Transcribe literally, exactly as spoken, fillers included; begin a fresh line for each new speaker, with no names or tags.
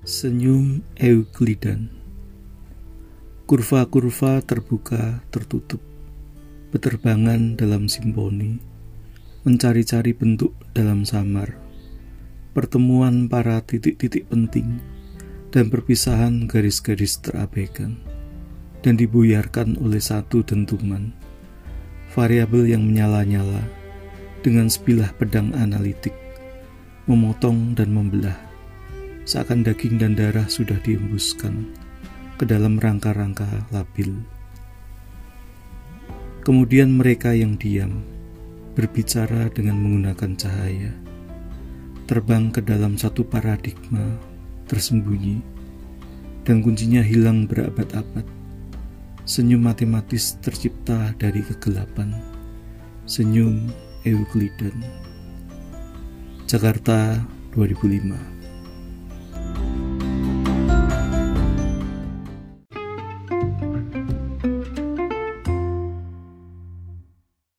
Senyum Euklidan. Kurva-kurva terbuka tertutup, beterbangan dalam simfoni, mencari-cari bentuk dalam samar, pertemuan para titik-titik penting, dan perpisahan garis-garis terabaikan, dan dibuyarkan oleh satu dentuman, variabel yang menyala-nyala, dengan sebilah pedang analitik, memotong dan membelah, seakan daging dan darah sudah diembuskan ke dalam rangka-rangka labil. Kemudian mereka yang diam, berbicara dengan menggunakan cahaya, terbang ke dalam satu paradigma tersembunyi, dan kuncinya hilang berabad-abad. Senyum matematis tercipta dari kegelapan. Senyum Euklidan. Jakarta dua ribu lima.